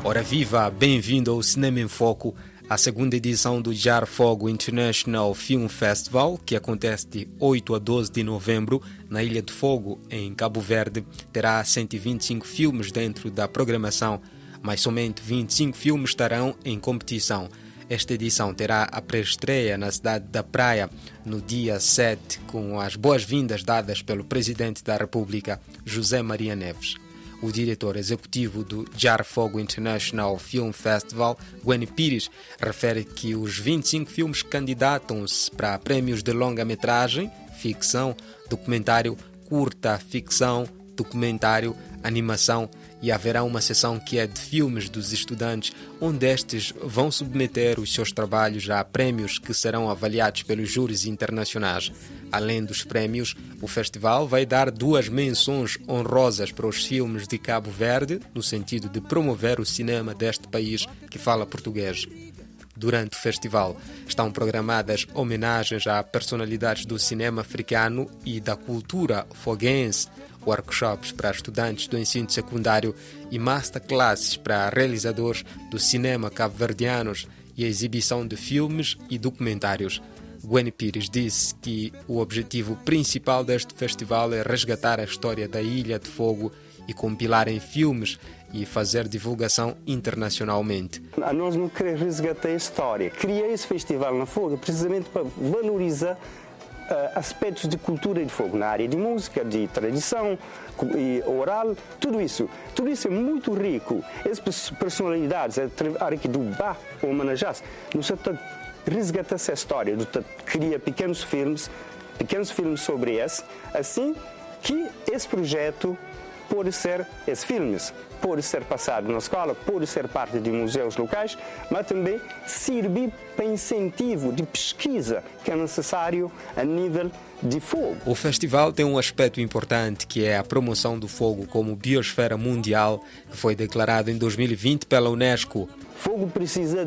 Ora viva, bem-vindo ao Cinema em Foco, a segunda edição do Jar Fogo International Film Festival, que acontece de 8 a 12 de novembro na Ilha de Fogo, em Cabo Verde. Terá 125 filmes dentro da programação, mas somente 25 filmes estarão em competição. Esta edição terá a pré-estreia na cidade da Praia no dia 7, com as boas-vindas dadas pelo Presidente da República, José Maria Neves. O diretor executivo do Jar Fogo International Film Festival, Gwen Pires, refere que os 25 filmes candidatam-se para prémios de longa-metragem, ficção, documentário, curta, ficção, documentário, animação, e haverá uma sessão que é de filmes dos estudantes, onde estes vão submeter os seus trabalhos a prémios que serão avaliados pelos júris internacionais. Além dos prémios, o festival vai dar 2 menções honrosas para os filmes de Cabo Verde, no sentido de promover o cinema deste país que fala português. Durante o festival estão programadas homenagens a personalidades do cinema africano e da cultura foguense, workshops para estudantes do ensino secundário e masterclasses para realizadores do cinema cabo-verdianos e a exibição de filmes e documentários. Gwen Pires disse que o objetivo principal deste festival é resgatar a história da Ilha de Fogo e compilar em filmes e fazer divulgação internacionalmente. Nós não queremos resgatar a história. Criei esse festival na Fogo precisamente para valorizar aspectos de cultura de Fogo, na área de música, de tradição, e oral, tudo isso. Tudo isso é muito rico. Essas personalidades, a área do Bá, ou Manajás, nos resgatar essa história, cria pequenos filmes sobre esse, assim que esse projeto pode ser, esses filmes, pode ser passado na escola, pode ser parte de museus locais, mas também servir para incentivo de pesquisa que é necessário a nível de fogo. O festival tem um aspecto importante, que é a promoção do fogo como biosfera mundial, que foi declarado em 2020 pela Unesco. Fogo precisa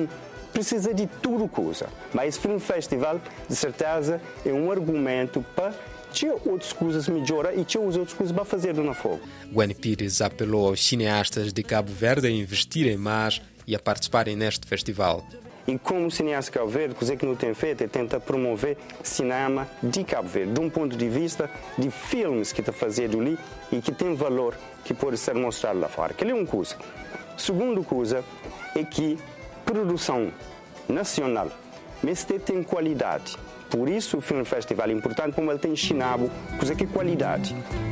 de tudo coisa, mas esse Film Festival, de certeza, é um argumento para tinha outras coisas melhorar e tinha outras coisas para fazer na Fogo. Gwen Pires apelou aos cineastas de Cabo Verde a investirem mais e a participarem neste festival. E como cineasta de Cabo Verde, o que não tem feito é tentar promover cinema de Cabo Verde, de um ponto de vista de filmes que está fazendo ali e que tem valor que pode ser mostrado lá fora. Aquela é uma coisa. Segunda coisa é que produção nacional, mas tem qualidade. Por isso o Film Festival é importante, como ele tem ensinado coisa que é qualidade.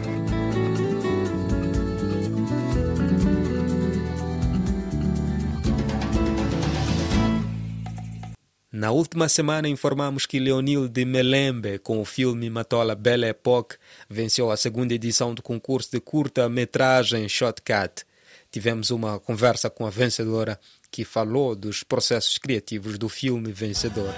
Na última semana informamos que Leonil de Melembe, com o filme Matola Belle Époque, venceu a segunda edição do concurso de curta-metragem Shotcut. Tivemos uma conversa com a vencedora, que falou dos processos criativos do filme vencedor.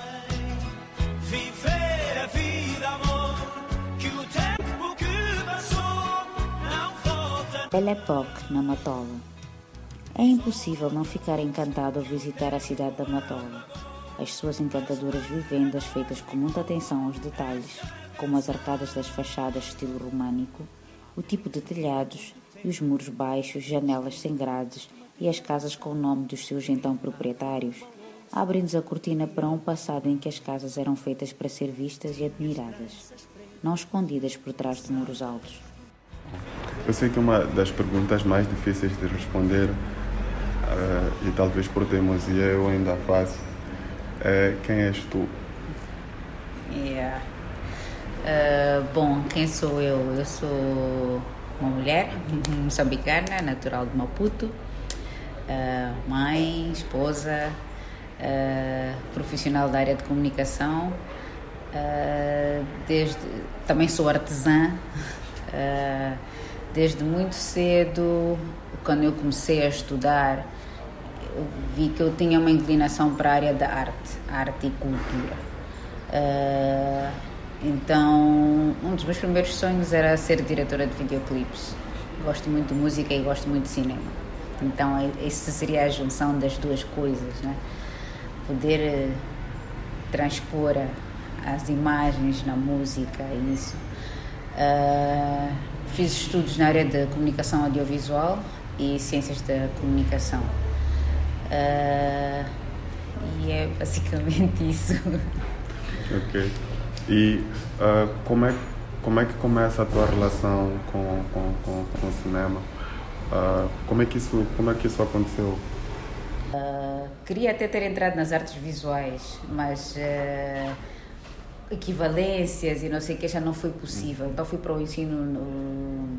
Belle Époque, na Matola. É impossível não ficar encantado ao visitar a cidade da Matola. As suas encantadoras vivendas feitas com muita atenção aos detalhes, como as arcadas das fachadas estilo românico, o tipo de telhados e os muros baixos, janelas sem grades e as casas com o nome dos seus então proprietários, abrem-nos a cortina para um passado em que as casas eram feitas para ser vistas e admiradas, não escondidas por trás de muros altos. Eu sei que uma das perguntas mais difíceis de responder, e talvez por teimosia eu ainda faço, é: quem és tu? Bom, quem sou eu? Eu sou uma mulher moçambicana, natural de Maputo, mãe, esposa, profissional da área de comunicação, também sou artesã. Desde muito cedo, quando eu comecei a estudar, eu vi que eu tinha uma inclinação para a área da arte e cultura. Então, um dos meus primeiros sonhos era ser diretora de videoclipes. Gosto muito de música e gosto muito de cinema. Então, essa seria a junção das duas coisas, né? Poder transpor as imagens na música e isso. Fiz estudos na área de comunicação audiovisual e ciências da comunicação. E é basicamente isso. Ok. E como é que começa a tua relação com o cinema? Como é que isso aconteceu? Queria até ter entrado nas artes visuais, mas equivalências e não sei o que já não foi possível. Então fui para o ensino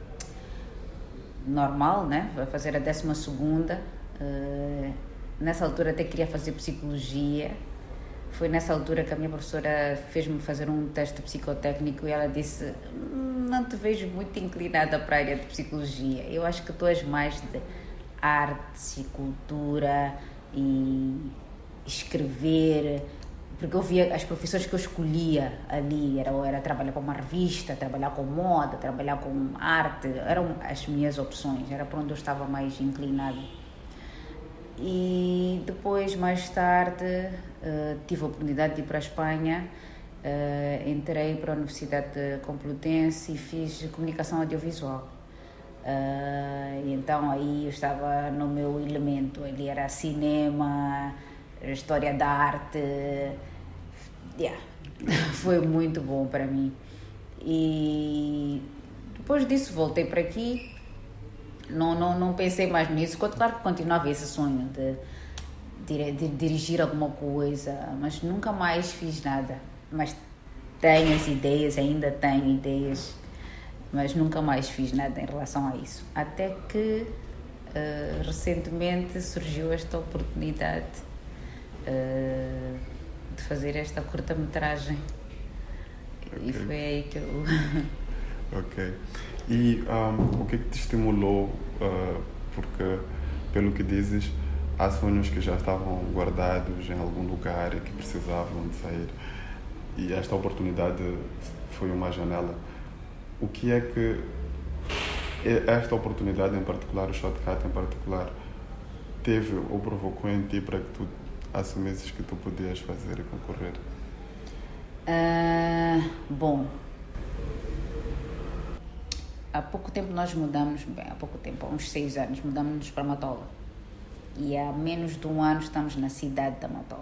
normal, né? Para fazer a 12ª. Nessa altura até queria fazer psicologia. Foi nessa altura que a minha professora fez-me fazer um teste psicotécnico e ela disse: não te vejo muito inclinada para a área de psicologia, eu acho que tu és mais de artes e cultura e escrever, porque eu via as profissões que eu escolhia ali, era trabalhar para uma revista, trabalhar com moda, trabalhar com arte, eram as minhas opções, era para onde eu estava mais inclinada. E depois, mais tarde, tive a oportunidade de ir para a Espanha, entrei para a Universidade Complutense e fiz comunicação audiovisual. E então aí eu estava no meu elemento, ali era cinema, história da arte, foi muito bom para mim. E depois disso voltei para aqui, não pensei mais nisso, claro que continuava esse sonho de dirigir alguma coisa, mas nunca mais fiz nada. Mas tenho as ideias, ainda tenho ideias, mas nunca mais fiz nada em relação a isso. Até que recentemente surgiu esta oportunidade de fazer esta curta-metragem. Okay. E foi aí que eu... Ok. E o que é que te estimulou? Porque, pelo que dizes, há sonhos que já estavam guardados em algum lugar e que precisavam de sair. E esta oportunidade foi uma janela. O que é que esta oportunidade em particular, o Shotcut em particular, teve ou provocou em ti para que tu assumisses que tu podias fazer e concorrer? Bom, há pouco tempo nós mudamos, há uns 6 anos, mudamos-nos para Matola. E há menos de um ano estamos na cidade da Matola.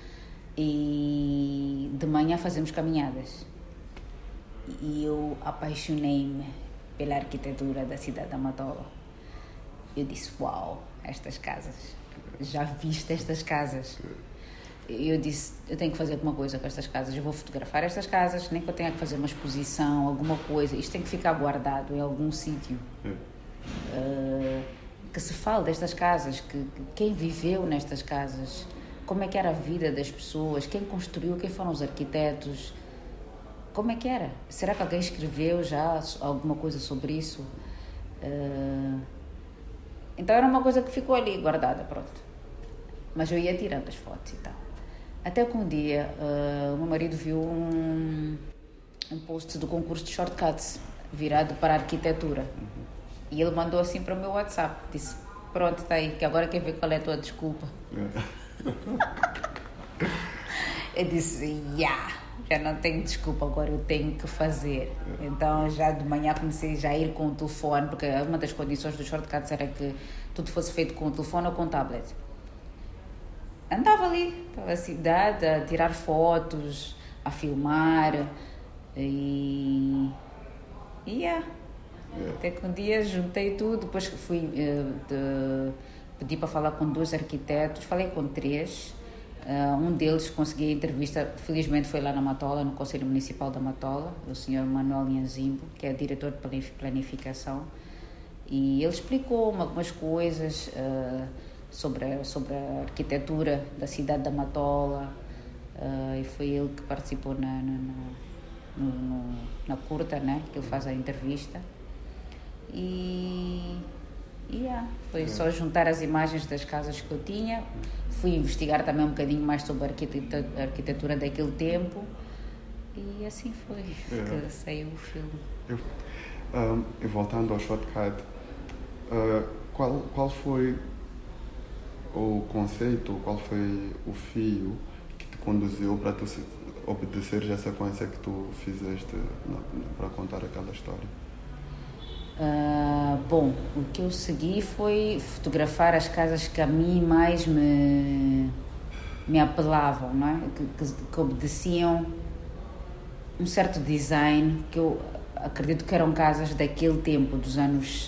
E de manhã fazemos caminhadas. E eu apaixonei-me pela arquitetura da cidade da Matola. Eu disse: uau, estas casas, já viste estas casas? Eu disse: eu tenho que fazer alguma coisa com estas casas, eu vou fotografar estas casas, nem que eu tenha que fazer uma exposição, alguma coisa, isto tem que ficar guardado em algum sítio. Que se fale destas casas, que quem viveu nestas casas, como é que era a vida das pessoas, quem construiu, quem foram os arquitetos, como é que era? Será que alguém escreveu já alguma coisa sobre isso? Então era uma coisa que ficou ali guardada, pronto. Mas eu ia tirando as fotos e tal. Até que um dia o meu marido viu um post do concurso de shortcuts virado para a arquitetura. E ele mandou assim para o meu WhatsApp. Disse: pronto, está aí, que agora quer ver qual é a tua desculpa. Eu disse: já não tenho desculpa, agora eu tenho que fazer. Então já de manhã comecei já a ir com o telefone, porque uma das condições dos shortcuts era que tudo fosse feito com o telefone ou com o tablet. Andava ali pela cidade a tirar fotos, a filmar até que um dia juntei tudo, depois fui pedi para falar com 2 arquitetos, falei com 3, um deles consegui a entrevista, felizmente foi lá na Matola, no Conselho Municipal da Matola, o Sr. Manuel Nhanzimbo, que é diretor de planificação, e ele explicou-me algumas coisas sobre a arquitetura da cidade da Matola, e foi ele que participou na curta, né, que ele faz a entrevista. Foi só juntar as imagens das casas que eu tinha, fui investigar também um bocadinho mais sobre a arquitetura daquele tempo e assim foi que saiu o filme. E voltando ao Shotcut, qual foi o conceito, qual foi o fio que te conduziu para tu obedeceres a sequência que tu fizeste para contar aquela história? Bom, o que eu segui foi fotografar as casas que a mim mais me apelavam, não é? Que obedeciam um certo design que eu acredito que eram casas daquele tempo, dos anos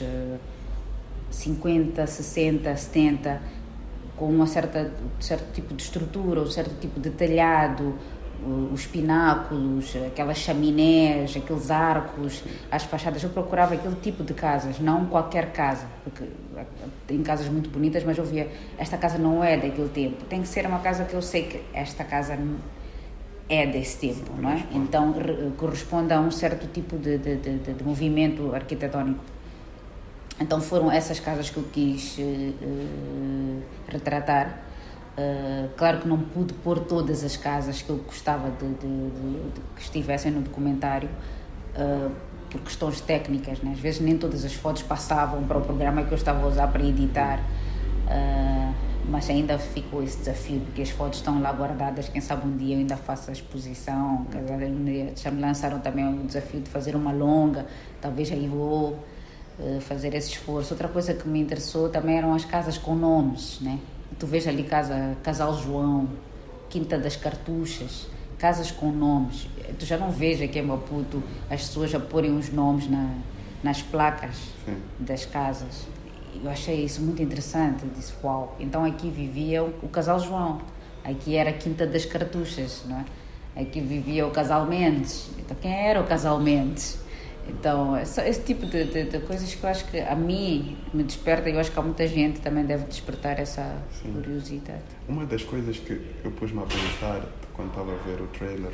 50, 60, 70, com certo tipo de estrutura, um certo tipo de telhado, os pináculos, aquelas chaminés, aqueles arcos, as fachadas. Eu procurava aquele tipo de casas, não qualquer casa, porque tem casas muito bonitas, mas eu via, esta casa não é daquele tempo, tem que ser uma casa que eu sei que esta casa é desse tempo, não é? Então corresponde a um certo tipo de movimento arquitetónico. Então foram essas casas que eu quis retratar. Claro que não pude pôr todas as casas que eu gostava de que estivessem no documentário, por questões técnicas, né? Às vezes nem todas as fotos passavam para o programa que eu estava a usar para editar, mas ainda ficou esse desafio, porque as fotos estão lá guardadas, quem sabe um dia eu ainda faço a exposição. Já me lançaram também o desafio de fazer uma longa, talvez aí vou fazer esse esforço. Outra coisa que me interessou também eram as casas com nomes, né? Tu vês ali Casal João, Quinta das Cartuchas, casas com nomes. Tu já não vês aqui em Maputo as pessoas a porem os nomes nas placas das casas. Eu achei isso muito interessante, eu disse uau. Então aqui vivia o Casal João, aqui era a Quinta das Cartuchas, não é? Aqui vivia o Casal Mendes. Então quem era o Casal Mendes? Então, esse tipo de coisas que eu acho que a mim me desperta, e eu acho que a muita gente também deve despertar essa curiosidade. Uma das coisas que eu pus-me a pensar quando estava a ver o trailer,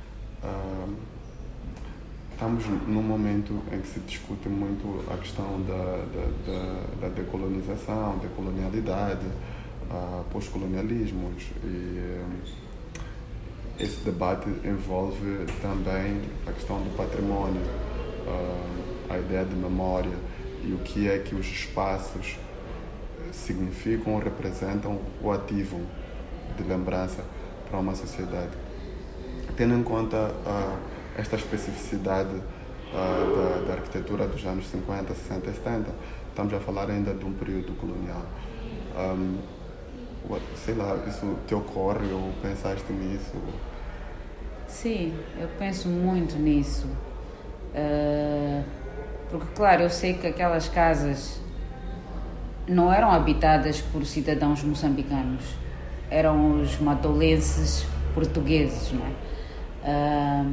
estamos num momento em que se discute muito a questão da decolonização, decolonialidade, pós-colonialismos, e esse debate envolve também a questão do património, a ideia de memória e o que é que os espaços significam ou representam ou ativam de lembrança para uma sociedade. Tendo em conta esta especificidade da arquitetura dos anos 50, 60 e 70, estamos a falar ainda de um período colonial. Sei lá, isso te ocorre ou pensaste nisso? Sim, eu penso muito nisso. Porque, claro, eu sei que aquelas casas não eram habitadas por cidadãos moçambicanos, eram os matolenses portugueses, não é?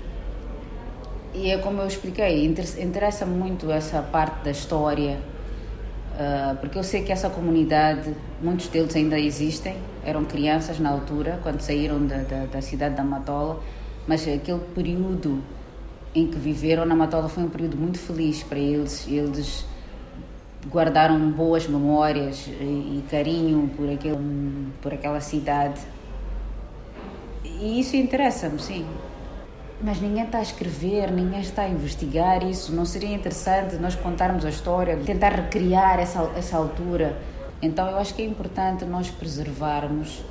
E é como eu expliquei, interessa muito essa parte da história, porque eu sei que essa comunidade, muitos deles ainda existem, eram crianças na altura, quando saíram da cidade da Matola, mas aquele período em que viveram na Matola foi um período muito feliz para eles. Eles guardaram boas memórias e carinho por aquela cidade. E isso interessa-me, sim. Mas ninguém está a escrever, ninguém está a investigar isso. Não seria interessante nós contarmos a história, tentar recriar essa altura? Então eu acho que é importante nós preservarmos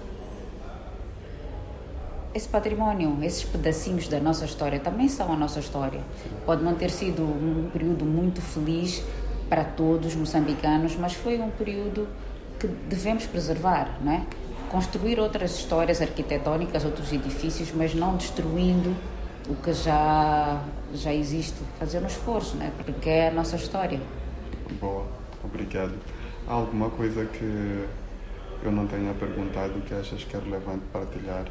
esse património, esses pedacinhos da nossa história também são a nossa história. Pode não ter sido um período muito feliz para todos os moçambicanos, mas foi um período que devemos preservar, não é? Construir outras histórias arquitetónicas, outros edifícios, mas não destruindo o que já existe. Fazer um esforço, não é? Porque é a nossa história. Boa, obrigado. Há alguma coisa que eu não tenha perguntado que achas que é relevante partilhar?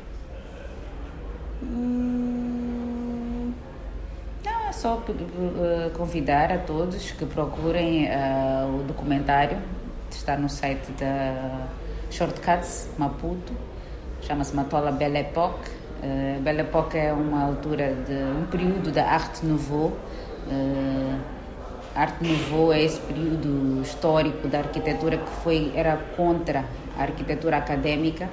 Não, é só convidar a todos que procurem o documentário. Está no site da Shortcuts Maputo, chama-se Matola Belle Époque. Belle Époque é uma altura um período da Arte Nouveau. Arte Nouveau é esse período histórico da arquitetura que era contra a arquitetura académica.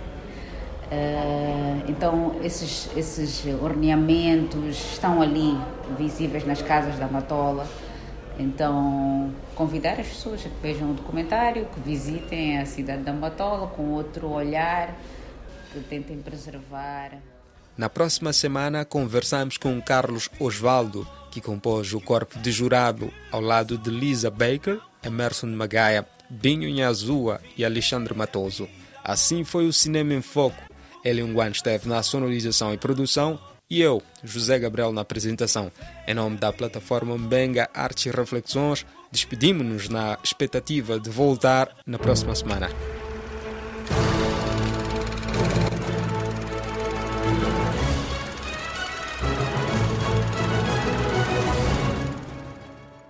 Então esses ornamentos estão ali visíveis nas casas da Matola. Então convidar as pessoas a que vejam o documentário, que visitem a cidade da Matola com outro olhar, que tentem preservar. Na próxima semana conversamos com Carlos Osvaldo, que que compôs o corpo de jurado ao lado de Lisa Baker, Emerson Magaia, Binho Nhazua e Alexandre Matoso. Assim foi o Cinema em Foco. Elion Guan esteve na sonorização e produção e eu, José Gabriel, na apresentação. Em nome da plataforma Mbenga Artes e Reflexões, despedimos-nos na expectativa de voltar na próxima semana.